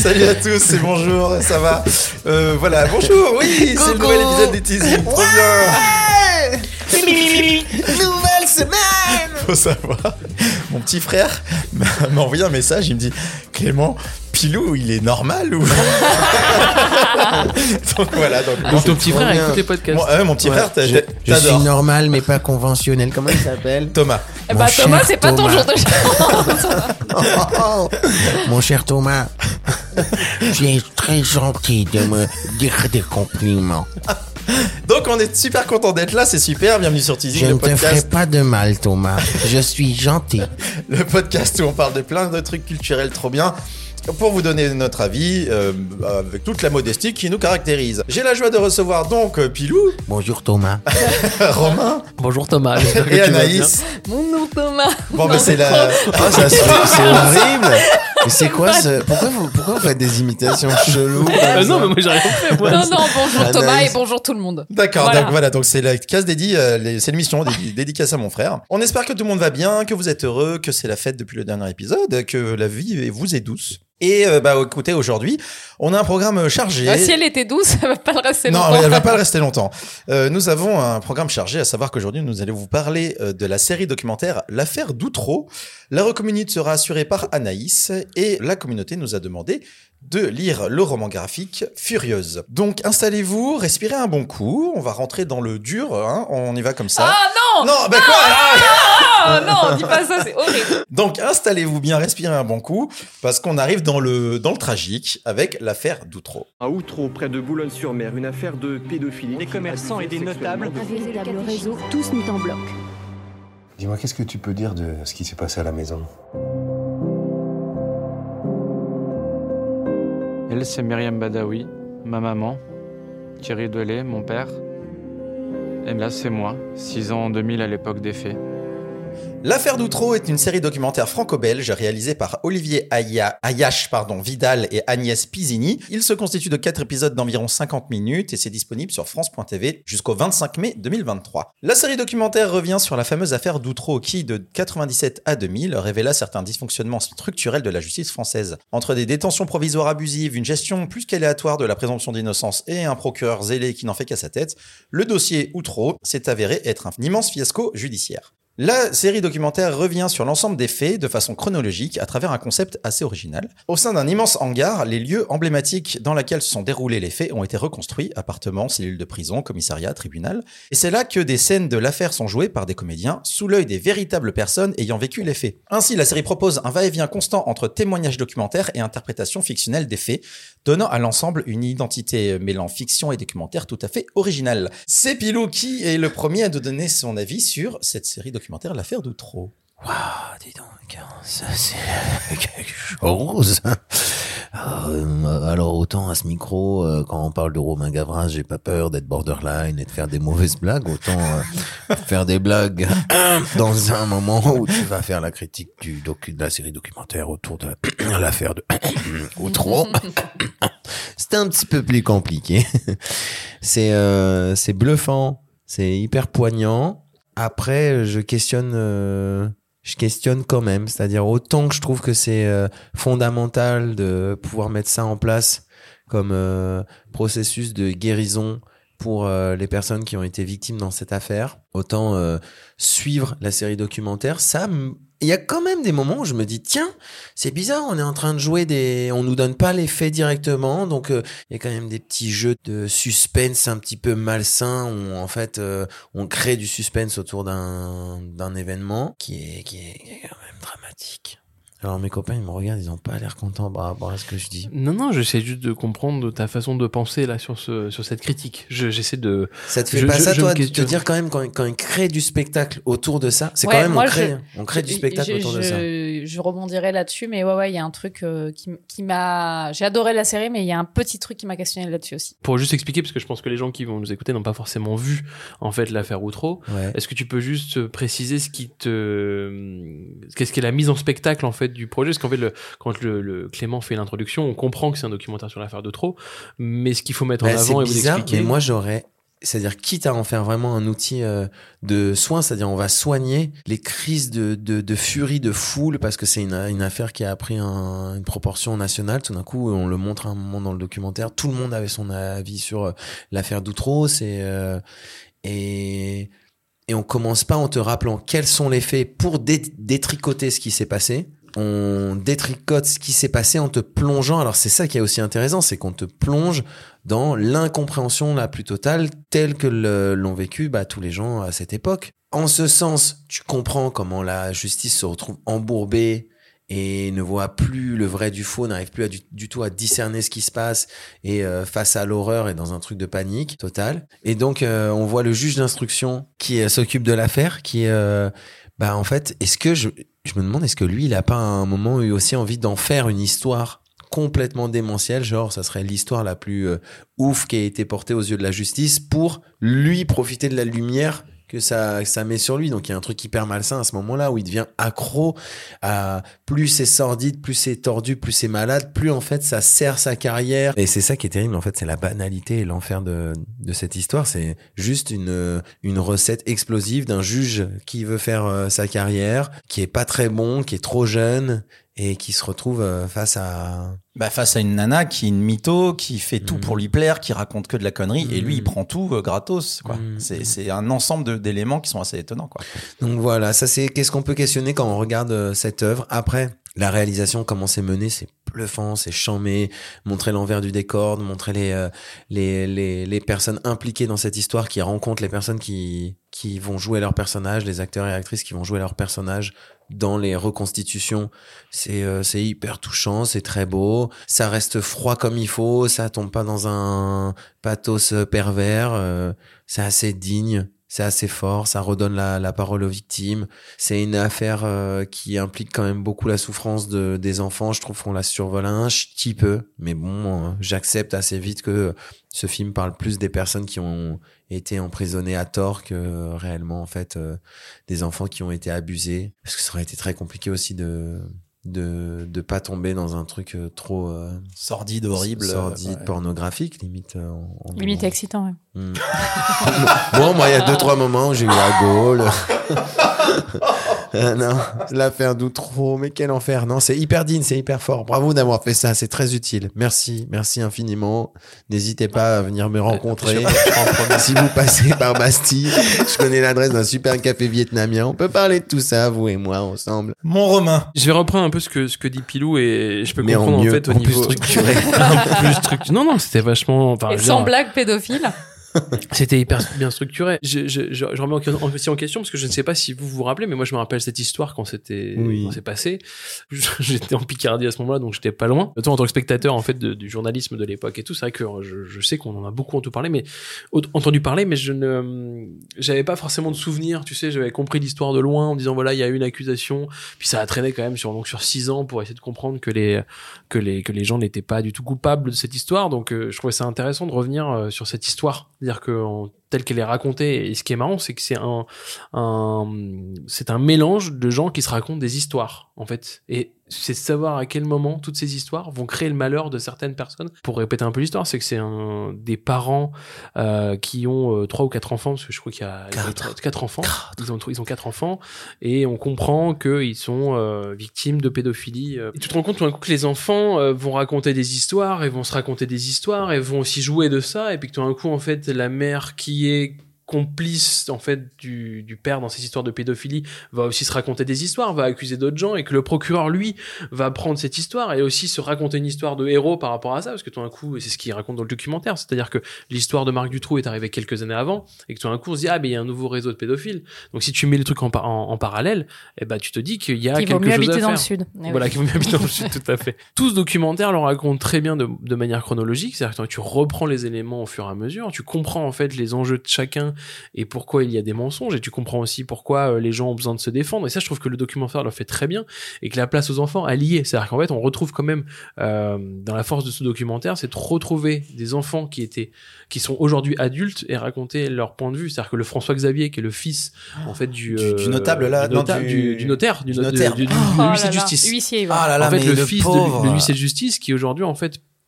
Salut à tous et bonjour, ça va voilà, bonjour, oui, c'est le nouvel épisode des Teasing, trop bien. Nouvelle semaine. Faut savoir, mon petit frère m'a envoyé un message, il me dit « Clément, Pilou, il est normal ou... » Donc voilà. Donc ton petit frère écoute les podcasts. Mon petit frère, Je suis t'adores. normal mais pas conventionnel. Comment il s'appelle? Thomas. Bah Thomas, c'est pas ton jour de chance. Mon cher Thomas, tu es très gentil de me dire des compliments. Donc on est super content d'être là, c'est super, bienvenue sur Teasing, Je le ne te ferai podcast. pas de mal, Thomas. Je suis gentil. Le podcast où on parle de plein de trucs culturels trop bien. Pour vous donner notre avis, avec toute la modestie qui nous caractérise. J'ai la joie de recevoir donc Pilou, Bonjour, Thomas. Romain Bonjour Thomas. et Anaïs. Mon nom Thomas. Bon bah c'est la... C'est horrible. Mais c'est quoi ce... Pourquoi vous faites des imitations cheloues comme ça? Non, mais moi j'ai rien fait. Moi. Non, bonjour Anaïs. Thomas et bonjour tout le monde. D'accord, Voilà. donc c'est la case dédiée, c'est l'émission dédicace à mon frère. On espère que tout le monde va bien, que vous êtes heureux, que c'est la fête depuis le dernier épisode, que la vie vous est douce. Et écoutez, aujourd'hui, on a un programme chargé. Si elle était douce, ça va pas le rester Non, longtemps. elle va pas le rester longtemps. Nous avons un programme chargé, à savoir qu'aujourd'hui, nous allons vous parler de la série documentaire L'affaire d'Outreau. La recommunité sera assurée par Anaïs et la communauté nous a demandé de lire le roman graphique Furieuse. Donc, installez-vous, respirez un bon coup. On va rentrer dans le dur, hein. On y va comme ça. Ah non. Non, bah quoi Ah non, dis pas ça, c'est horrible. Donc, installez-vous bien, respirez un bon coup, parce qu'on arrive dans le tragique avec l'affaire d'Outreau. À Outreau, près de Boulogne-sur-Mer, une affaire de pédophilie. Des commerçants et des notables. Un véritable réseau, tous mis en bloc. Dis-moi, qu'est-ce que tu peux dire de ce qui s'est passé à la maison? Elle, c'est Myriam Badawi, ma maman. Thierry Delay, mon père. Et là, c'est moi, 6 ans en 2000 à l'époque des faits. L'affaire d'Outreau est une série documentaire franco-belge réalisée par Olivier Ayache Vidal et Agnès Pizzini. Il se constitue de 4 épisodes d'environ 50 minutes et c'est disponible sur France.tv jusqu'au 25 mai 2023. La série documentaire revient sur la fameuse affaire d'Outreau qui, de 97 à 2000, révéla certains dysfonctionnements structurels de la justice française. Entre des détentions provisoires abusives, une gestion plus qu'aléatoire de la présomption d'innocence et un procureur zélé qui n'en fait qu'à sa tête, le dossier Outreau s'est avéré être un immense fiasco judiciaire. La série documentaire revient sur l'ensemble des faits de façon chronologique à travers un concept assez original. Au sein d'un immense hangar, les lieux emblématiques dans lesquels se sont déroulés les faits ont été reconstruits, appartements, cellules de prison, commissariat, tribunal. Et c'est là que des scènes de l'affaire sont jouées par des comédiens sous l'œil des véritables personnes ayant vécu les faits. Ainsi, la série propose un va-et-vient constant entre témoignages documentaires et interprétation fictionnelle des faits, donnant à l'ensemble une identité mêlant fiction et documentaire tout à fait originale. C'est Pilou qui est le premier à nous donner son avis sur cette série documentaire L'affaire d'Outreau. Waouh, dis donc, ça c'est quelque chose. Alors autant à ce micro, quand on parle de Romain Gavras, j'ai pas peur d'être borderline et de faire des mauvaises blagues. Autant faire des blagues dans un moment où tu vas faire la critique de la série documentaire autour de l'affaire de Outreau. C'était un petit peu plus compliqué. C'est bluffant, c'est hyper poignant. Après, je questionne quand même. C'est-à-dire, autant que je trouve que c'est fondamental de pouvoir mettre ça en place comme processus de guérison pour les personnes qui ont été victimes dans cette affaire, autant suivre la série documentaire, il y a quand même des moments où je me dis, tiens, c'est bizarre, on est en train de jouer on nous donne pas les faits directement, donc il y a quand même des petits jeux de suspense un petit peu malsains où en fait on crée du suspense autour d'un événement qui est quand même dramatique. Alors mes copains ils me regardent, ils ont pas l'air contents par rapport à ce que je dis. Non, j'essaie juste de comprendre ta façon de penser là sur cette critique. J'essaie de. Ça te fait pas ça toi de te dire quand même quand ils créent du spectacle autour de ça, c'est Ouais, quand même moi, on crée du spectacle autour de ça. Je rebondirai là-dessus, mais ouais, il y a un truc qui m'a. J'ai adoré la série, mais il y a un petit truc qui m'a questionné là-dessus aussi. Pour juste expliquer, parce que je pense que les gens qui vont nous écouter n'ont pas forcément vu en fait l'affaire Outreau. Ouais. Est-ce que tu peux juste préciser qu'est-ce qu'est la mise en spectacle en fait du projet? Parce qu'en fait, quand le Clément fait l'introduction, on comprend que c'est un documentaire sur l'affaire d'Outreau, mais ce qu'il faut mettre en avant et vous bizarre, expliquer. mais moi j'aurais c'est-à-dire quitte à en faire vraiment un outil de soin, c'est-à-dire on va soigner les crises de furie de foule parce que c'est une affaire qui a pris une proportion nationale. Tout d'un coup, on le montre à un moment dans le documentaire, tout le monde avait son avis sur l'affaire Doutreau, et on commence pas en te rappelant quels sont les faits pour détricoter ce qui s'est passé. On détricote ce qui s'est passé en te plongeant. Alors c'est ça qui est aussi intéressant, c'est qu'on te plonge dans l'incompréhension la plus totale telle que l'ont vécu tous les gens à cette époque. En ce sens, tu comprends comment la justice se retrouve embourbée et ne voit plus le vrai du faux, n'arrive plus du tout à discerner ce qui se passe et face à l'horreur et dans un truc de panique totale. Et donc on voit le juge d'instruction qui s'occupe de l'affaire, qui en fait, est-ce que je me demande, est-ce que lui, il a pas à un moment eu aussi envie d'en faire une histoire complètement démentielle, genre ça serait l'histoire la plus ouf qui a été portée aux yeux de la justice pour lui profiter de la lumière que ça met sur lui. Donc il y a un truc hyper malsain à ce moment-là où il devient accro à plus c'est sordide, plus c'est tordu, plus c'est malade, plus en fait ça sert sa carrière. Et c'est ça qui est terrible en fait, c'est la banalité et l'enfer de cette histoire. C'est juste une recette explosive d'un juge qui veut faire sa carrière, qui est pas très bon, qui est trop jeune et qui se retrouve face à une nana qui est une mytho, qui fait tout pour lui plaire, qui raconte que de la connerie, et lui il prend tout gratos, quoi. C'est un ensemble d'éléments qui sont assez étonnants, quoi. Donc voilà, ça c'est qu'est-ce qu'on peut questionner quand on regarde cette œuvre. Après, la réalisation, comment c'est mené, c'est bluffant, c'est charmé, montrer l'envers du décor, montrer les personnes impliquées dans cette histoire, qui rencontrent les personnes qui vont jouer leurs personnages, les acteurs et actrices qui vont jouer leurs personnages dans les reconstitutions. C'est hyper touchant, c'est très beau, ça reste froid comme il faut, ça tombe pas dans un pathos pervers, c'est assez digne. C'est assez fort, ça redonne la parole aux victimes. C'est une affaire qui implique quand même beaucoup la souffrance des enfants. Je trouve qu'on la survole un petit peu, mais bon, j'accepte assez vite que ce film parle plus des personnes qui ont été emprisonnées à tort que réellement en fait des enfants qui ont été abusés. Parce que ça aurait été très compliqué aussi de pas tomber dans un truc trop sordide, horrible, pornographique, limite limite excitant, ouais. Bon, moi il y a 2-3 moments où j'ai eu la gaule. Non, l'affaire Doutreau, mais quel enfer. Non, c'est hyper digne, c'est hyper fort. Bravo d'avoir fait ça, c'est très utile. Merci infiniment. N'hésitez pas à venir me rencontrer. Si vous passez par Bastille, je connais l'adresse d'un super café vietnamien. On peut parler de tout ça, vous et moi, ensemble. Mon Romain. Je vais reprendre un peu ce que dit Pilou et je peux comprendre en fait au niveau plus structuré. plus structuré. Non, c'était vachement. Et sans blague pédophile. C'était hyper bien structuré. Je remets aussi en question parce que je ne sais pas si vous vous rappelez, mais moi je me rappelle cette histoire quand c'est passé. J'étais en Picardie à ce moment-là, donc j'étais pas loin. Toi, en tant que spectateur en fait du journalisme de l'époque et tout, c'est vrai que je sais qu'on en a beaucoup entendu parler, mais j'avais pas forcément de souvenirs. Tu sais, j'avais compris l'histoire de loin en disant voilà, il y a eu une accusation, puis ça a traîné quand même sur 6 ans pour essayer de comprendre que les gens n'étaient pas du tout coupables de cette histoire. Donc je trouvais ça intéressant de revenir sur cette histoire. C'est-à-dire que telle qu'elle est racontée, et ce qui est marrant, c'est que c'est un mélange de gens qui se racontent des histoires, en fait. Et c'est de savoir à quel moment toutes ces histoires vont créer le malheur de certaines personnes. Pour répéter un peu l'histoire, c'est que c'est des parents qui ont 3 ou 4 enfants, parce que je crois qu'il y a 4 enfants. Ils ont 4 enfants, et on comprend qu'ils sont victimes de pédophilie. Et tu te rends compte tout d'un coup que les enfants vont raconter des histoires, et vont se raconter des histoires, et vont aussi jouer de ça, et puis que tout d'un coup, en fait, la mère qui est complice en fait du père dans ces histoires de pédophilie va aussi se raconter des histoires, va accuser d'autres gens, et que le procureur lui va prendre cette histoire et aussi se raconter une histoire de héros par rapport à ça, parce que tout d'un coup, c'est ce qu'il raconte dans le documentaire, c'est-à-dire que l'histoire de Marc Dutroux est arrivée quelques années avant, et que tout d'un coup on se dit il y a un nouveau réseau de pédophiles. Donc si tu mets les trucs en parallèle, tu te dis qu'il y a quelque chose à faire. Qu'il vaut mieux habiter dans le sud. Voilà, qu'il vaut mieux habiter dans le sud, tout à fait. Tout ce documentaire le raconte très bien de manière chronologique, c'est-à-dire que tu reprends les éléments au fur et à mesure, tu comprends en fait les enjeux de chacun et pourquoi il y a des mensonges, et tu comprends aussi pourquoi les gens ont besoin de se défendre. Et ça, je trouve que le documentaire le fait très bien, et que la place aux enfants a lié. C'est-à-dire qu'en fait, on retrouve quand même dans la force de ce documentaire, c'est de retrouver des enfants qui sont aujourd'hui adultes et raconter leur point de vue. C'est-à-dire que le François Xavier, qui est le fils en fait du notable là, du notaire, du huissier de justice. Huissier, en fait, le fils de l'huissier de justice, qui aujourd'hui en fait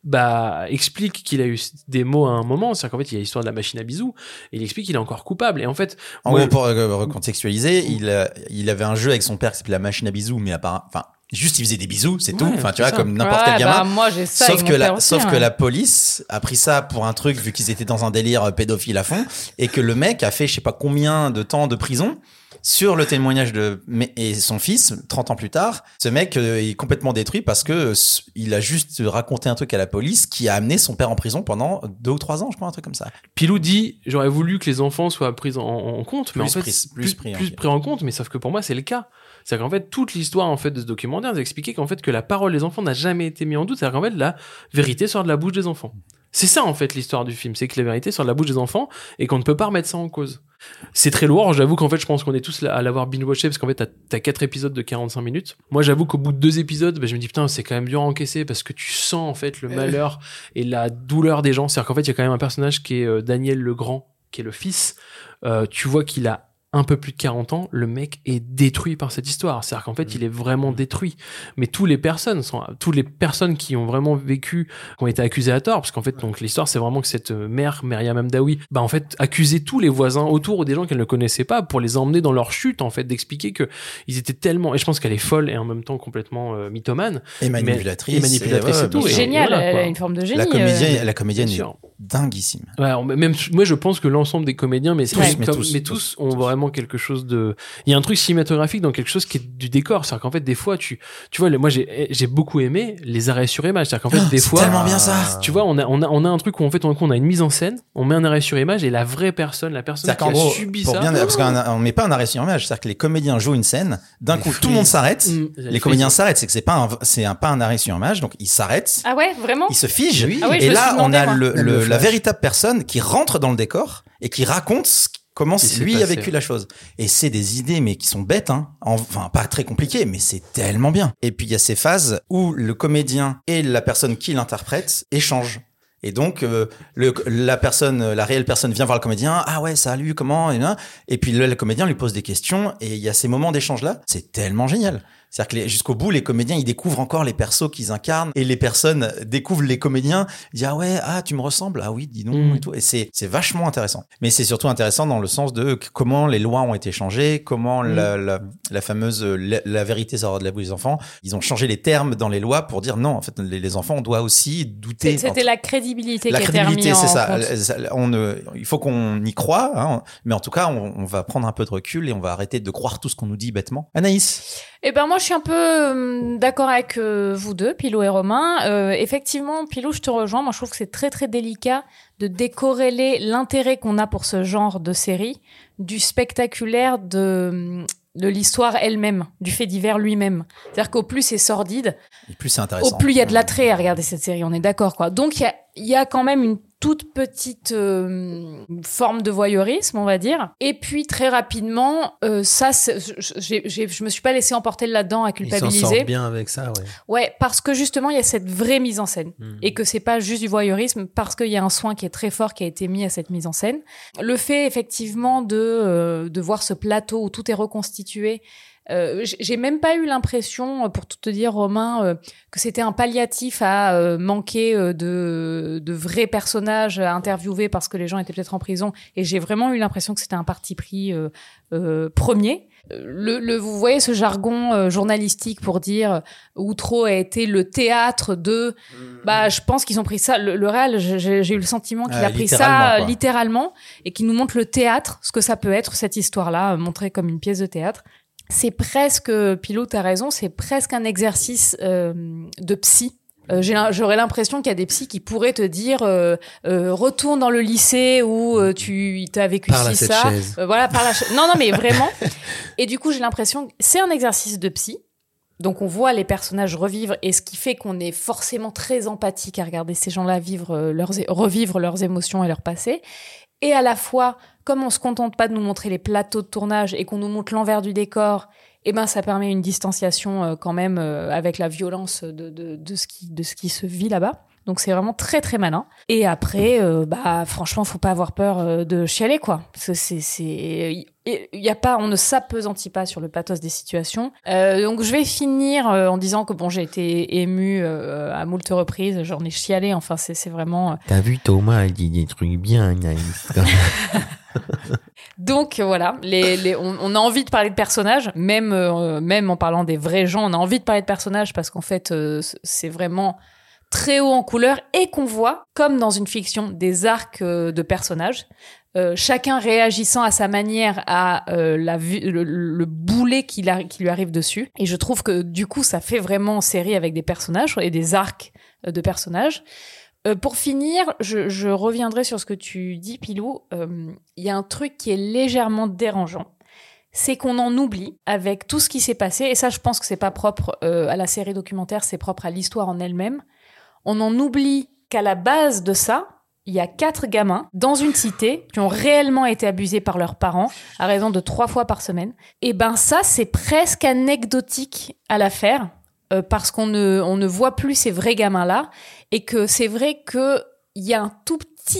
explique qu'il a eu des mots à un moment. C'est-à-dire qu'en fait, il y a l'histoire de la machine à bisous. Et il explique qu'il est encore coupable. Et en fait, en gros, pour recontextualiser, il avait un jeu avec son père qui s'appelait la machine à bisous, mais juste il faisait des bisous, c'est tout. Enfin, tu vois, comme n'importe quel gamin. Moi, j'ai ça. Sauf que la police a pris ça pour un truc, vu qu'ils étaient dans un délire pédophile à fond, et que le mec a fait je sais pas combien de temps de prison sur le témoignage et son fils, 30 ans plus tard. Ce mec est complètement détruit parce que il a juste raconté un truc à la police qui a amené son père en prison pendant 2 ou 3 ans, je crois, un truc comme ça. Pilou dit, j'aurais voulu que les enfants soient pris en compte, mais en fait, plus pris en compte, mais sauf que pour moi, c'est le cas. C'est-à-dire qu'en fait, toute l'histoire, en fait, de ce documentaire, c'est expliquer qu'en fait, que la parole des enfants n'a jamais été mise en doute. C'est-à-dire qu'en fait, la vérité sort de la bouche des enfants. C'est ça, en fait, l'histoire du film. C'est que la vérité sort de la bouche des enfants et qu'on ne peut pas remettre ça en cause. C'est très lourd. J'avoue qu'en fait, je pense qu'on est tous à l'avoir binge-watché parce qu'en fait, t'as 4 épisodes de 45 minutes. Moi, j'avoue qu'au bout de 2 épisodes, je me dis, putain, c'est quand même dur à encaisser parce que tu sens, en fait, le malheur et la douleur des gens. C'est-à-dire qu'en fait, il y a quand même un personnage qui est Daniel Legrand, qui est le fils. Tu vois qu'il a un peu plus de 40 ans, le mec est détruit par cette histoire. C'est-à-dire qu'en fait, il est vraiment détruit. Mais toutes les personnes qui ont vraiment vécu, qui ont été accusées à tort, parce qu'en fait, donc, l'histoire, c'est vraiment que cette mère, Myriam Hamdaoui, en fait, accusait tous les voisins autour ou des gens qu'elle ne connaissait pas pour les emmener dans leur chute, en fait, d'expliquer que ils étaient tellement, et je pense qu'elle est folle et en même temps complètement mythomane. Et manipulatrice. Et tout. Génial, voilà, elle a une forme de génie. La comédienne est dinguissime. Ouais, même, moi, je pense que l'ensemble des comédiens, mais tous ont vraiment quelque chose de, il y a un truc cinématographique dans quelque chose qui est du décor. C'est-à-dire qu'en fait, des fois, tu vois, moi, j'ai beaucoup aimé les arrêts sur image. C'est-à-dire qu'en fait, des fois, tellement bien ça. Tu vois, on a un truc où en fait, on a une mise en scène, on met un arrêt sur image et la vraie personne, la personne qui a subi ça. Parce qu'on met pas un arrêt sur image. C'est-à-dire que les comédiens jouent une scène, d'un coup, tout le monde s'arrête. Les comédiens s'arrêtent. C'est que c'est pas un arrêt sur image. Donc, ils s'arrêtent. Ah ouais, vraiment? Ils se figent. Ah ouais, et là, on a la véritable personne qui rentre dans le décor et qui raconte comment lui a vécu la chose. Et c'est des idées, mais qui sont bêtes, hein. Enfin, pas très compliquées, mais c'est tellement bien. Et puis, il y a ces phases où le comédien et la personne qui l'interprète échangent. Et donc, la réelle personne vient voir le comédien. Ah ouais, salut, comment? Et puis, le comédien lui pose des questions et il y a ces moments d'échange-là. C'est tellement génial. C'est-à-dire que jusqu'au bout, les comédiens, ils découvrent encore les persos qu'ils incarnent et les personnes découvrent les comédiens. Ils disent, ah ouais, tu me ressembles. Ah oui, dis donc, et tout. Et c'est vachement intéressant. Mais c'est surtout intéressant dans le sens de comment les lois ont été changées, comment la fameuse, la vérité sort de la bouche des enfants. Ils ont changé les termes dans les lois pour dire non, en fait, les enfants, on doit aussi douter. C'était la crédibilité qui était remise en compte. La crédibilité, c'est ça. Il faut qu'on y croie, hein, mais en tout cas, on va prendre un peu de recul et on va arrêter de croire tout ce qu'on nous dit bêtement. Anaïs? Eh ben moi je suis un peu d'accord avec vous deux, Pilou et Romain. Effectivement, Pilou, je te rejoins. Moi je trouve que c'est très très délicat de décorréler l'intérêt qu'on a pour ce genre de série du spectaculaire de l'histoire elle-même, du fait divers lui-même. C'est-à-dire qu'au plus c'est sordide, et plus c'est intéressant. Au plus il y a de l'attrait à regarder cette série, on est d'accord quoi. Donc il y a quand même une toute petite forme de voyeurisme, on va dire. Et puis très rapidement, je me suis pas laissé emporter là-dedans à culpabiliser. Ils s'en sortent bien avec ça, ouais. Ouais, parce que justement il y a cette vraie mise en scène et que c'est pas juste du voyeurisme, parce qu'il y a un soin qui est très fort qui a été mis à cette mise en scène. Le fait effectivement de voir ce plateau où tout est reconstitué. J'ai même pas eu l'impression, pour tout te dire, Romain, que c'était un palliatif à manquer de vrais personnages à interviewer parce que les gens étaient peut-être en prison. Et j'ai vraiment eu l'impression que c'était un parti pris premier. Vous voyez ce jargon journalistique pour dire Outreau a été le théâtre de. Je pense qu'ils ont pris ça. Le réel, j'ai eu le sentiment qu'il a pris ça littéralement et qu'il nous montre le théâtre, ce que ça peut être cette histoire-là, montrée comme une pièce de théâtre. C'est presque, Pilou, t'as raison, c'est presque un exercice de psy. J'aurais l'impression qu'il y a des psys qui pourraient te dire retourne dans le lycée où t'as vécu ci, ça. Voilà, par la chaise. Non, mais vraiment. Et du coup, j'ai l'impression que c'est un exercice de psy. Donc, on voit les personnages revivre et ce qui fait qu'on est forcément très empathique à regarder ces gens-là revivre leurs émotions et leur passé. Et à la fois, comme on se contente pas de nous montrer les plateaux de tournage et qu'on nous montre l'envers du décor, ça permet une distanciation quand même avec la violence de ce qui se vit là-bas. Donc c'est vraiment très très malin. Et après, franchement, faut pas avoir peur de chialer, quoi. On ne s'appesantit pas sur le pathos des situations. Donc je vais finir en disant que j'ai été émue à moult reprises, j'en ai chialé. Enfin, c'est vraiment. T'as vu Thomas, il dit des trucs bien, Anaïs. Donc voilà, on a envie de parler de personnages, même en parlant des vrais gens, on a envie de parler de personnages parce qu'en fait, c'est vraiment très haut en couleur et qu'on voit, comme dans une fiction, des arcs de personnages, chacun réagissant à sa manière à le boulet qui lui arrive dessus. Et je trouve que du coup, ça fait vraiment série avec des personnages et des arcs de personnages. Pour finir, je reviendrai sur ce que tu dis, Pilou. Il y a un truc qui est légèrement dérangeant. C'est qu'on en oublie avec tout ce qui s'est passé. Et ça, je pense que c'est pas propre à la série documentaire, c'est propre à l'histoire en elle-même. On en oublie qu'à la base de ça, il y a 4 gamins dans une cité qui ont réellement été abusés par leurs parents à raison de 3 fois par semaine. Et ça, c'est presque anecdotique à l'affaire. Parce qu'on ne voit plus ces vrais gamins-là, et que c'est vrai qu'il y a un tout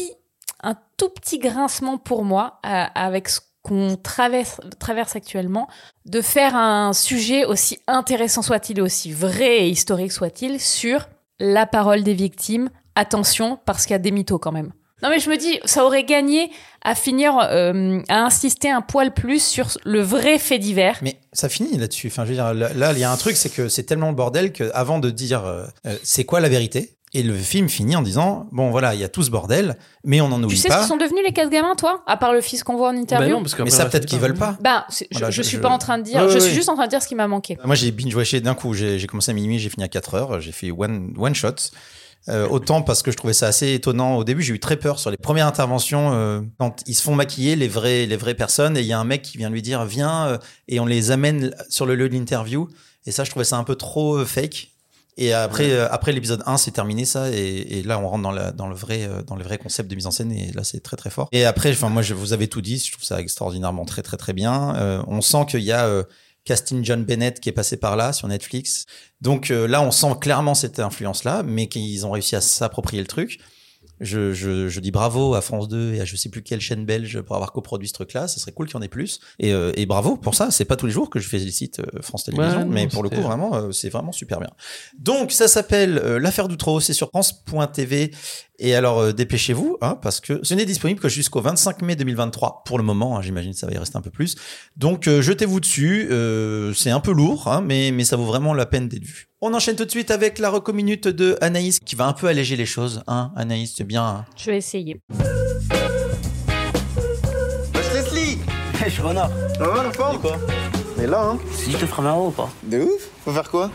petit grincement pour moi avec ce qu'on traverse actuellement, de faire un sujet aussi intéressant soit-il, aussi vrai et historique soit-il, sur la parole des victimes. Attention, parce qu'il y a des mythos quand même. Non mais je me dis, ça aurait gagné à finir, à insister un poil plus sur le vrai fait divers. Mais ça finit là-dessus. Enfin, je veux dire, là, il y a un truc, c'est que c'est tellement le bordel qu'avant de dire c'est quoi la vérité, et le film finit en disant bon voilà, il y a tout ce bordel, mais on n'en oublie pas. Tu sais ce qu'ils sont devenus les 4 gamins, toi, à part le fils qu'on voit en interview? Non, parce mais ça peut-être qu'ils veulent pas. Je suis pas en train de dire. Je suis juste en train de dire ce qui m'a manqué. Moi, j'ai binge-watché d'un coup. J'ai commencé à minuit, j'ai fini à 4h. J'ai fait one shot. Autant parce que je trouvais ça assez étonnant. Au début, j'ai eu très peur sur les premières interventions quand ils se font maquiller, les vraies personnes, et il y a un mec qui vient lui dire viens, et on les amène sur le lieu de l'interview. Et ça, je trouvais ça un peu trop fake. Et après l'épisode 1, c'est terminé ça, et là on rentre dans le vrai concept de mise en scène, et là c'est très très fort. Et après, moi vous avez tout dit, je trouve ça extraordinairement très très très bien. On sent qu'il y a casting John Bennett qui est passé par là sur Netflix. Donc là, on sent clairement cette influence-là, mais qu'ils ont réussi à s'approprier le truc. Je dis bravo à France 2 et à je sais plus quelle chaîne belge pour avoir coproduit ce truc-là. Ça serait cool qu'il y en ait plus. Et bravo pour ça. C'est pas tous les jours que je félicite France Télévisions, mais pour le coup, vraiment, c'est vraiment super bien. Donc, ça s'appelle L'affaire d'Outreau. C'est sur France.tv. Et alors, dépêchez-vous, parce que ce n'est disponible que jusqu'au 25 mai 2023 pour le moment. J'imagine que ça va y rester un peu plus. Donc, jetez-vous dessus. C'est un peu lourd, mais ça vaut vraiment la peine d'être vu. On enchaîne tout de suite avec la reco minute de Anaïs qui va un peu alléger les choses. Anaïs, c'est bien. Je vais essayer. Wesh Leslie. Je suis renard. Ça va la forme? Quoi? Mais là, Si je te ferai marrer ou pas? De ouf. Faut faire quoi?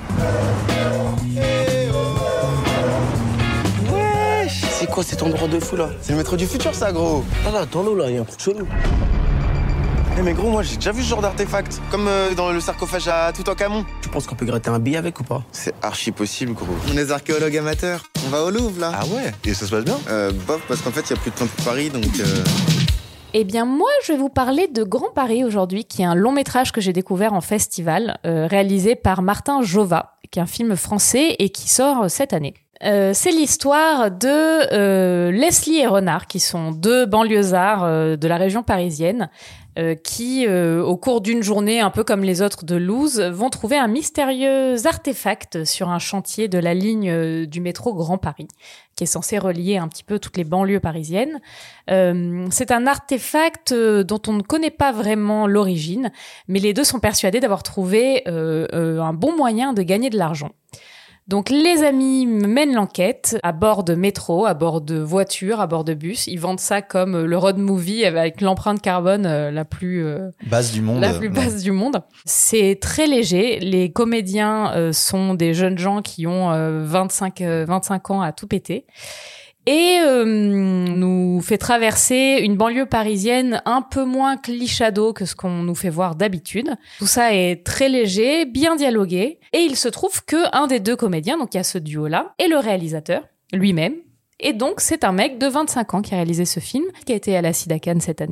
Wesh. C'est quoi cet endroit de fou là? C'est le métro du futur ça, gros. Ah là, dans l'eau là, il y a un truc chelou. Mais gros, moi j'ai déjà vu ce genre d'artefact. Comme dans le sarcophage à Toutankhamon. Tu penses qu'on peut gratter un billet avec ou pas? C'est archi possible, gros. On est archéologues amateurs. On va au Louvre là. Ah ouais? Et ça se passe bien? Bof, parce qu'en fait il y a plus de temps pour Paris, donc... Eh bien, moi, je vais vous parler de Grand Paris aujourd'hui, qui est un long métrage que j'ai découvert en festival, réalisé par Martin Jova, qui est un film français et qui sort cette année. C'est l'histoire de Leslie et Renard, qui sont 2 banlieusards de la région parisienne, qui, au cours d'une journée, un peu comme les autres de Loose, vont trouver un mystérieux artefact sur un chantier de la ligne du métro Grand Paris, qui est censé relier un petit peu toutes les banlieues parisiennes. C'est un artefact dont on ne connaît pas vraiment l'origine, mais les 2 sont persuadés d'avoir trouvé un bon moyen de gagner de l'argent. Donc les amis mènent l'enquête à bord de métro, à bord de voitures, à bord de bus. Ils vendent ça comme le road movie avec l'empreinte carbone la plus basse du monde. La plus basse du monde. C'est très léger. Les comédiens sont des jeunes gens qui ont 25 ans à tout péter. Et nous fait traverser une banlieue parisienne un peu moins clichado que ce qu'on nous fait voir d'habitude. Tout ça est très léger, bien dialogué. Et il se trouve que un des 2 comédiens, donc il y a ce duo-là, est le réalisateur lui-même. Et donc c'est un mec de 25 ans qui a réalisé ce film, qui a été à la CIDA Cannes cette année.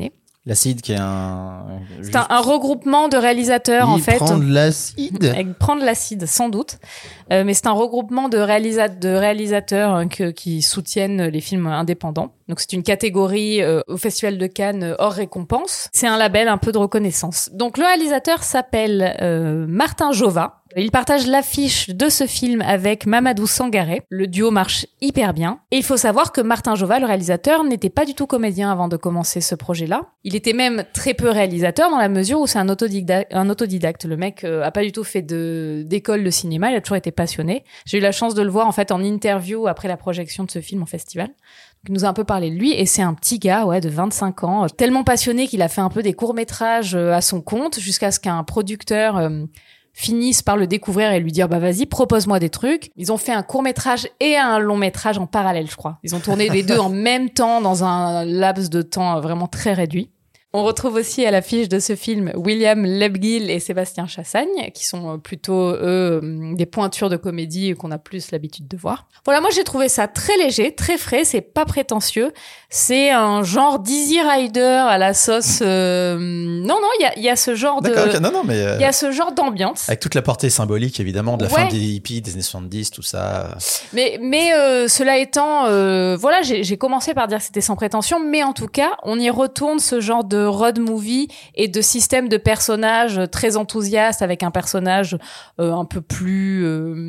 L'acide qui est un... C'est un regroupement de réalisateurs, en fait. Prend de l'acide. Prendre l'acide, sans doute. Mais c'est un regroupement de réalisateurs qui soutiennent les films indépendants. Donc c'est une catégorie au Festival de Cannes hors récompense. C'est un label un peu de reconnaissance. Donc le réalisateur s'appelle Martin Jova. Il partage l'affiche de ce film avec Mamadou Sangaré. Le duo marche hyper bien. Et il faut savoir que Martin Jova, le réalisateur, n'était pas du tout comédien avant de commencer ce projet-là. Il était même très peu réalisateur dans la mesure où c'est un autodidacte. Le mec a pas du tout fait d'école de cinéma. Il a toujours été passionné. J'ai eu la chance de le voir en fait en interview après la projection de ce film en festival. Il nous a un peu parlé de lui et c'est un petit gars de 25 ans, tellement passionné qu'il a fait un peu des courts-métrages à son compte jusqu'à ce qu'un producteur finisse par le découvrir et lui dire vas-y, propose-moi des trucs. Ils ont fait un court-métrage et un long-métrage en parallèle, je crois. Ils ont tourné les deux en même temps dans un laps de temps vraiment très réduit. On retrouve aussi à l'affiche de ce film William Lebguil et Sébastien Chassagne, qui sont plutôt, des pointures de comédie qu'on a plus l'habitude de voir. Voilà, moi j'ai trouvé ça très léger, très frais, c'est pas prétentieux. C'est un genre d'Easy Rider à la sauce... Non, il y a ce genre de... D'accord, non, mais... Il y a ce genre d'ambiance. Avec toute la portée symbolique, évidemment, de la fin des hippies, des années 70, tout ça. Mais cela étant, voilà, j'ai commencé par dire que c'était sans prétention, mais en tout cas, on y retourne ce genre de road movie et de système de personnages très enthousiaste avec un personnage un peu plus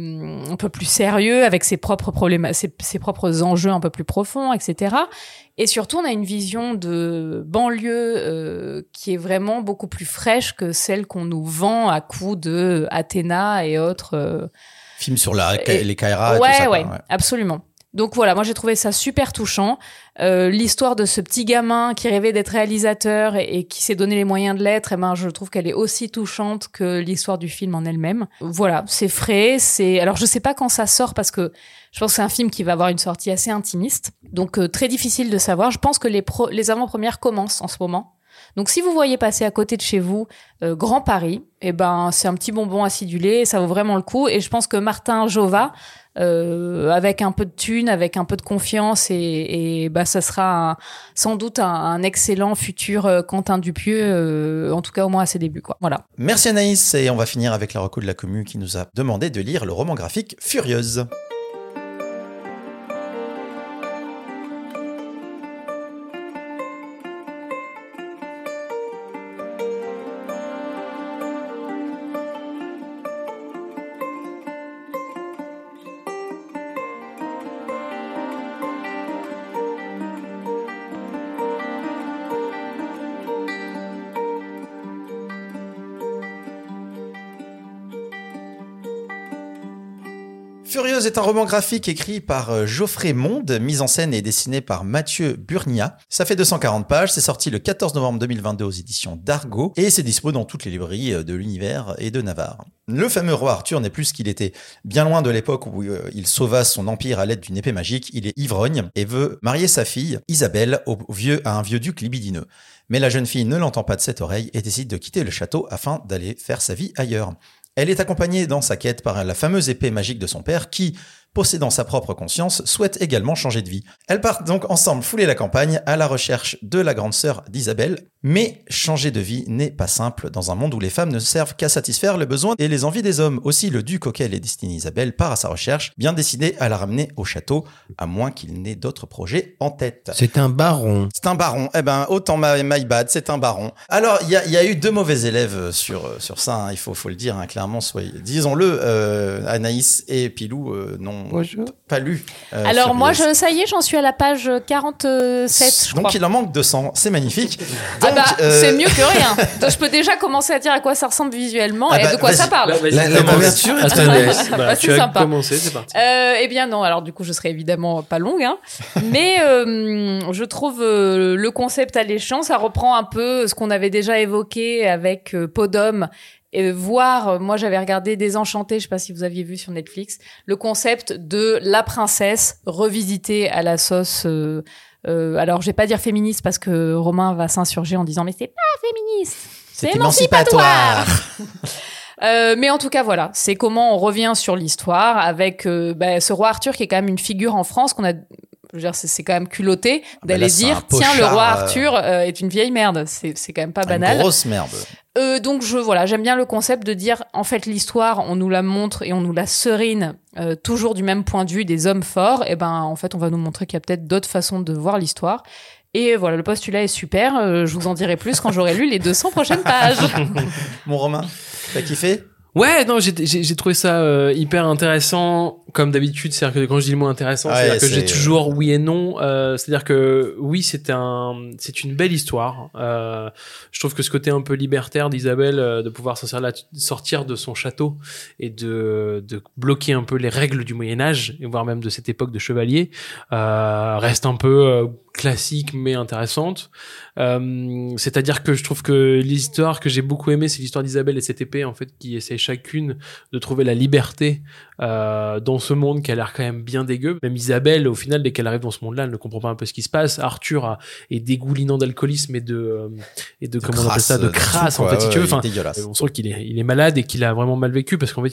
sérieux avec ses propres problèmes, ses propres enjeux un peu plus profonds, etc. Et surtout, on a une vision de banlieue qui est vraiment beaucoup plus fraîche que celle qu'on nous vend à coups de Athéna et autres films sur les Kaira et tout ça. Ouais, absolument. Donc voilà, moi j'ai trouvé ça super touchant. L'histoire de ce petit gamin qui rêvait d'être réalisateur et qui s'est donné les moyens de l'être, je trouve qu'elle est aussi touchante que l'histoire du film en elle-même. Voilà, c'est frais, alors je sais pas quand ça sort parce que je pense que c'est un film qui va avoir une sortie assez intimiste. Donc très difficile de savoir. Je pense que les avant-premières commencent en ce moment. Donc si vous voyez passer à côté de chez vous Grand Paris, c'est un petit bonbon acidulé, ça vaut vraiment le coup. Et je pense que Martin Jova, avec un peu de thune, avec un peu de confiance, et ça sera sans doute un excellent futur Quentin Dupieux, en tout cas au moins à ses débuts, quoi. Voilà. Merci Anaïs, et on va finir avec la reco de la commu qui nous a demandé de lire le roman graphique Furieuse. Furieuse est un roman graphique écrit par Geoffrey Monde, mis en scène et dessiné par Mathieu Burnia. Ça fait 240 pages, c'est sorti le 14 novembre 2022 aux éditions d'Argo et c'est dispo dans toutes les librairies de l'univers et de Navarre. Le fameux roi Arthur n'est plus ce qu'il était. Bien loin de l'époque où il sauva son empire à l'aide d'une épée magique, il est ivrogne et veut marier sa fille, Isabelle, à un vieux duc libidineux. Mais la jeune fille ne l'entend pas de cette oreille et décide de quitter le château afin d'aller faire sa vie ailleurs. Elle est accompagnée dans sa quête par la fameuse épée magique de son père qui, possédant sa propre conscience, souhaite également changer de vie. Elles partent donc ensemble fouler la campagne à la recherche de la grande sœur d'Isabelle. Mais changer de vie n'est pas simple dans un monde où les femmes ne servent qu'à satisfaire les besoins et les envies des hommes. Aussi, le duc auquel est destinée Isabelle part à sa recherche, bien décidé à la ramener au château, à moins qu'il n'ait d'autres projets en tête. C'est un baron. C'est un baron. Autant my bad, c'est un baron. Alors, il y a eu deux mauvais élèves sur ça, hein, il faut le dire, hein, clairement, disons-le, Anaïs et Pilou n'ont pas lu. Alors moi, ça y est, j'en suis à la page 47, je crois. Donc il en manque 200, c'est magnifique. C'est mieux que rien. Donc, je peux déjà commencer à dire à quoi ça ressemble visuellement et de quoi ça parle. La couverture est très belle. Tu as commencé, c'est parti. Eh bien non, alors du coup je serai évidemment pas longue, hein. Mais je trouve le concept alléchant. Ça reprend un peu ce qu'on avait déjà évoqué avec Podom. Et voir, moi j'avais regardé Désenchanté, je sais pas si vous aviez vu sur Netflix, le concept de la princesse revisitée à la sauce. Alors je vais pas dire féministe parce que Romain va s'insurger en disant mais c'est pas féministe, c'est émancipatoire. Mais en tout cas voilà, c'est comment on revient sur l'histoire avec ce roi Arthur qui est quand même une figure en France qu'on a Je veux dire, c'est quand même culotté d'aller là, c'est dire un tiens, le pochard, roi Arthur est une vieille merde. C'est quand même pas banal. Une grosse merde. Donc j'aime bien le concept de dire en fait l'histoire on nous la montre et on nous la serine toujours du même point de vue des hommes forts. Et ben en fait on va nous montrer qu'il y a peut-être d'autres façons de voir l'histoire. Et voilà, le postulat est super. Je vous en dirai plus quand j'aurai lu les 200 prochaines pages. Mon Romain, t'as kiffé? Ouais, non, j'ai trouvé ça hyper intéressant, comme d'habitude. C'est-à-dire que quand je dis le mot intéressant, c'est-à-dire que j'ai toujours oui et non. C'est-à-dire que oui, c'est une belle histoire. Je trouve que ce côté un peu libertaire d'Isabelle, de pouvoir sortir de son château et de bloquer un peu les règles du Moyen-Âge, et voire même de cette époque de chevalier, reste un peu classique mais intéressante. C'est-à-dire que je trouve que l'histoire que j'ai beaucoup aimée, c'est l'histoire d'Isabelle et cette épée en fait qui essaie chacune de trouver la liberté dans ce monde qui a l'air quand même bien dégueu. Même Isabelle, au final, dès qu'elle arrive dans ce monde-là, elle ne comprend pas un peu ce qui se passe. Arthur est dégoulinant d'alcoolisme et de comment on appelle ça, de crasse en fait, si tu veux. Enfin, on sent qu'il est malade et qu'il a vraiment mal vécu parce qu'en fait,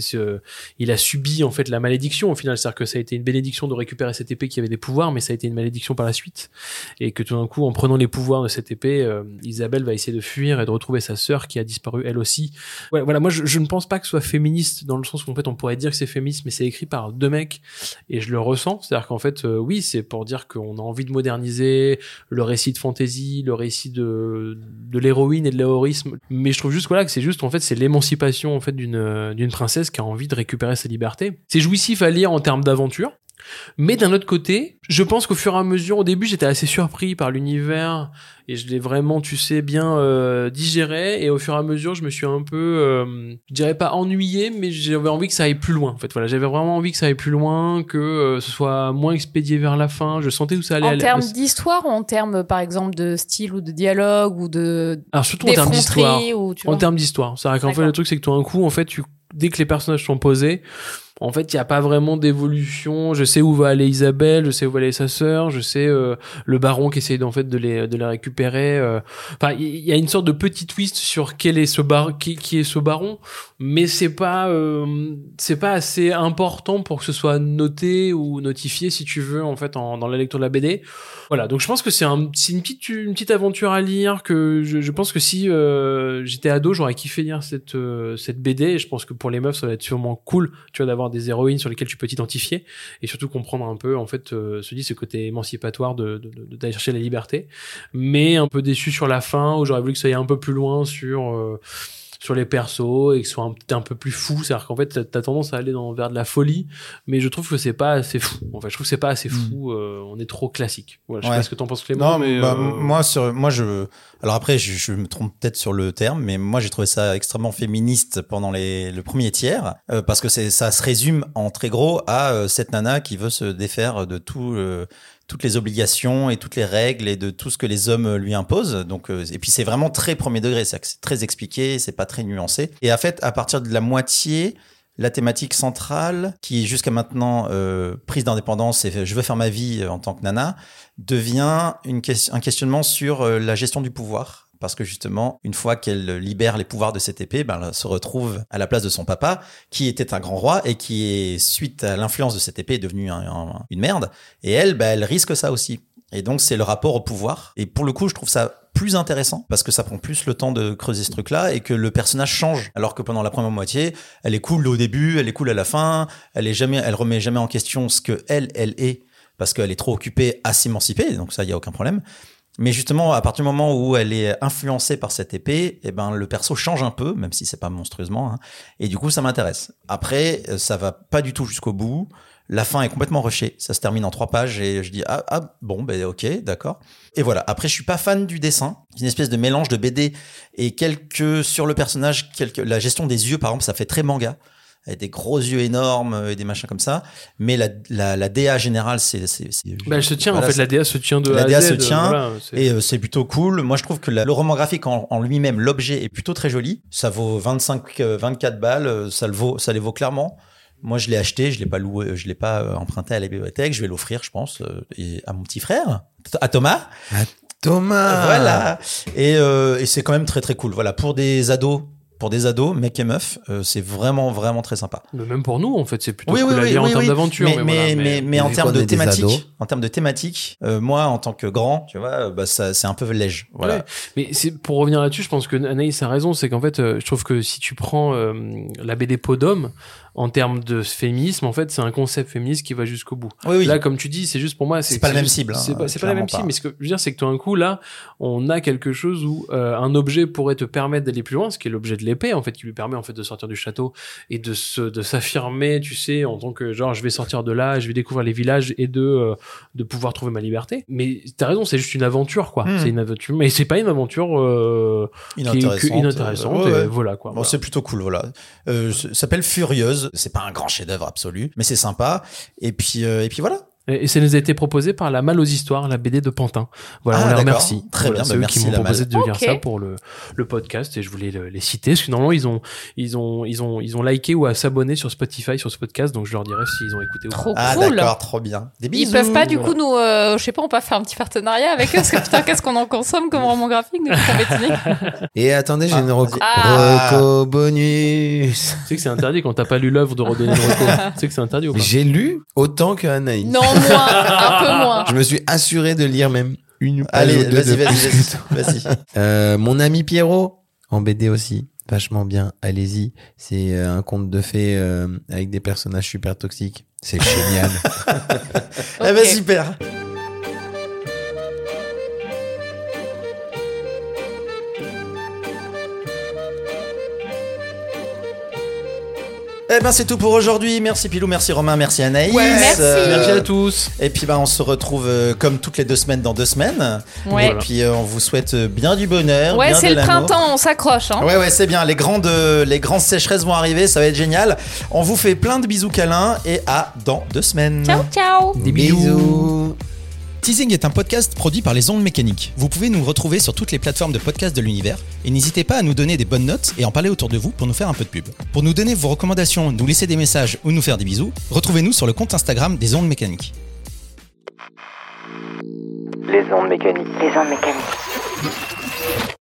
il a subi en fait la malédiction au final. C'est-à-dire que ça a été une bénédiction de récupérer cette épée qui avait des pouvoirs, mais ça a été une malédiction par la suite. Et que tout d'un coup, en prenant les pouvoirs de cette épée, Isabelle va essayer de fuir et de retrouver sa sœur qui a disparu elle aussi. Ouais, voilà, moi je ne pense pas que ce soit féministe dans le sens où en fait on pourrait dire que c'est féministe, mais c'est écrit par deux mecs et je le ressens. C'est-à-dire qu'en fait, oui, c'est pour dire qu'on a envie de moderniser le récit de fantasy, le récit de l'héroïne et de l'héroïsme. Mais je trouve juste que c'est juste en fait c'est l'émancipation en fait d'une princesse qui a envie de récupérer sa liberté. C'est jouissif à lire en termes d'aventure. Mais d'un autre côté, je pense qu'au fur et à mesure, au début, j'étais assez surpris par l'univers et je l'ai vraiment, tu sais, bien digéré. Et au fur et à mesure, je me suis un peu, je dirais pas ennuyé, mais j'avais envie que ça aille plus loin. En fait, voilà, j'avais vraiment envie que ça aille plus loin, que ce soit moins expédié vers la fin. Je sentais où ça allait. En termes d'histoire ou en termes, par exemple, de style ou de dialogue ou de alors surtout en termes d'histoire. En termes d'histoire, c'est vrai qu'en D'accord. fait, le truc, c'est que tout d'un coup, en fait, dès que les personnages sont posés. En fait, il y a pas vraiment d'évolution. Je sais où va aller Isabelle, je sais où va aller sa sœur, je sais le baron qui essaye en fait de les récupérer. Enfin, il y a une sorte de petit twist sur quel est qui est ce baron, mais c'est pas assez important pour que ce soit noté ou notifié si tu veux en fait dans la lecture de la BD. Voilà, donc je pense que c'est une petite aventure à lire que je pense que si j'étais ado, j'aurais kiffé lire cette BD et je pense que pour les meufs ça va être sûrement cool, tu vois, d'avoir des héroïnes sur lesquelles tu peux t'identifier et surtout comprendre un peu en fait ce côté émancipatoire d'aller chercher la liberté, mais un peu déçu sur la fin où j'aurais voulu que ça aille un peu plus loin sur les persos et que ce soit un peu plus fou. C'est-à-dire qu'en fait t'as tendance à aller vers de la folie, mais je trouve que c'est pas assez fou. En fait je trouve que c'est pas assez fou. On est trop classique. Voilà, je sais pas ce que t'en penses, Clément. Non, mais alors après je me trompe peut-être sur le terme, mais moi j'ai trouvé ça extrêmement féministe pendant le premier tiers parce que ça se résume en très gros à cette nana qui veut se défaire de toutes les obligations et toutes les règles et de tout ce que les hommes lui imposent. Donc, et puis c'est vraiment très premier degré, c'est très expliqué, c'est pas très nuancé. Et en fait, à partir de la moitié, la thématique centrale, qui est jusqu'à maintenant prise d'indépendance et je veux faire ma vie en tant que nana, devient un questionnement sur la gestion du pouvoir. Parce que justement, une fois qu'elle libère les pouvoirs de cette épée, elle se retrouve à la place de son papa, qui était un grand roi et qui est, suite à l'influence de cette épée, est devenu une merde. Et elle risque ça aussi. Et donc, c'est le rapport au pouvoir. Et pour le coup, je trouve ça plus intéressant parce que ça prend plus le temps de creuser ce truc-là et que le personnage change. Alors que pendant la première moitié, elle est cool au début, elle est cool à la fin, elle remet jamais en question ce que elle est parce qu'elle est trop occupée à s'émanciper. Donc ça, il y a aucun problème. Mais justement, à partir du moment où elle est influencée par cette épée, le perso change un peu, même si c'est pas monstrueusement, hein, et du coup, ça m'intéresse. Après, ça va pas du tout jusqu'au bout. La fin est complètement rushée. Ça se termine en 3 pages et je dis, ok, d'accord. Et voilà. Après, je suis pas fan du dessin. C'est une espèce de mélange de BD et sur le personnage, la gestion des yeux, par exemple, ça fait très manga. Avec des gros yeux énormes et des machins comme ça, mais la DA générale c'est elle se tient, voilà, en fait la DA se tient de la A à DA Z, se tient voilà, et c'est plutôt cool. Moi je trouve que le roman graphique en lui-même, l'objet est plutôt très joli. Ça vaut 24 balles, ça les vaut clairement. Moi je l'ai acheté, je l'ai pas loué, je l'ai pas emprunté à la bibliothèque, je vais l'offrir je pense à mon petit frère, à Thomas. Thomas. Voilà. Et c'est quand même très très cool. Voilà, pour des ados pour des ados, mecs et meufs, c'est vraiment, vraiment très sympa. Mais même pour nous, en fait, c'est plutôt cool à lire en termes d'aventure. Mais en termes de ados. thématique, moi, en tant que grand, tu vois, bah, ça, c'est un peu léger. Voilà. Ouais. Mais pour revenir là-dessus, je pense que Anaïs a raison, c'est qu'en fait, je trouve que si tu prends la BD Peau d'homme, en termes de féminisme, en fait, c'est un concept féministe qui va jusqu'au bout. Oui. Là, comme tu dis, c'est juste pour moi, c'est pas la même cible. C'est pas la même cible, mais ce que je veux dire, c'est que tout d'un coup, là, on a quelque chose où un objet pourrait te permettre d'aller plus loin, ce qui est l'objet de l'épée, en fait, qui lui permet en fait de sortir du château et de s'affirmer, tu sais, en tant que genre, je vais sortir de là, je vais découvrir les villages et de pouvoir trouver ma liberté. Mais t'as raison, c'est juste une aventure, quoi. C'est une aventure, mais c'est pas une aventure inintéressante. Et voilà, quoi. Bon, c'est plutôt cool, voilà. Ça s'appelle Furieuse. C'est pas un grand chef-d'œuvre absolu, mais c'est sympa. Et puis voilà. Et ça nous a été proposé par La Malle aux Histoires, la BD de Pantin. Voilà, on les remercie. Très bien, c'est eux merci qui m'ont La proposé Malle. de lire ça pour le podcast et je voulais les citer parce que normalement ils ont liké ou à s'abonner sur Spotify sur ce podcast, donc je leur dirai s'ils ont écouté ou pas. Trop Ah cool. d'accord, trop bien. Des bisous. Ils peuvent pas du coup nous, je sais pas, on peut faire un petit partenariat avec eux parce que putain qu'est-ce qu'on en consomme comme roman graphique depuis qu'on est fini. Et attendez, j'ai une reco bonus. Tu sais que c'est interdit quand t'as pas lu l'œuvre de redonner une reco. Tu sais que c'est interdit ou pas? J'ai lu autant que Anaïs. Non, moins, un peu moins. Je me suis assuré de lire même une page Allez, ou deux de vas-y. Mon ami Pierrot, en BD aussi, vachement bien, allez-y. C'est un conte de fées avec des personnages super toxiques. C'est génial. Eh ben super. Eh ben c'est tout pour aujourd'hui. Merci Pilou, merci Romain, merci Anaïs. Merci. Merci à tous. Et puis on se retrouve comme toutes les 2 semaines dans 2 semaines. Ouais. Et puis on vous souhaite bien du bonheur. Ouais, bien c'est de le l'amour. printemps, on s'accroche. Hein. Ouais, c'est bien. Les grandes sécheresses vont arriver, ça va être génial. On vous fait plein de bisous câlins et à dans 2 semaines. Ciao. Des bisous. Teasing est un podcast produit par les Ondes Mécaniques. Vous pouvez nous retrouver sur toutes les plateformes de podcast de l'univers et n'hésitez pas à nous donner des bonnes notes et en parler autour de vous pour nous faire un peu de pub. Pour nous donner vos recommandations, nous laisser des messages ou nous faire des bisous, retrouvez-nous sur le compte Instagram des Ondes Mécaniques. Les Ondes Mécaniques. Les Ondes Mécaniques.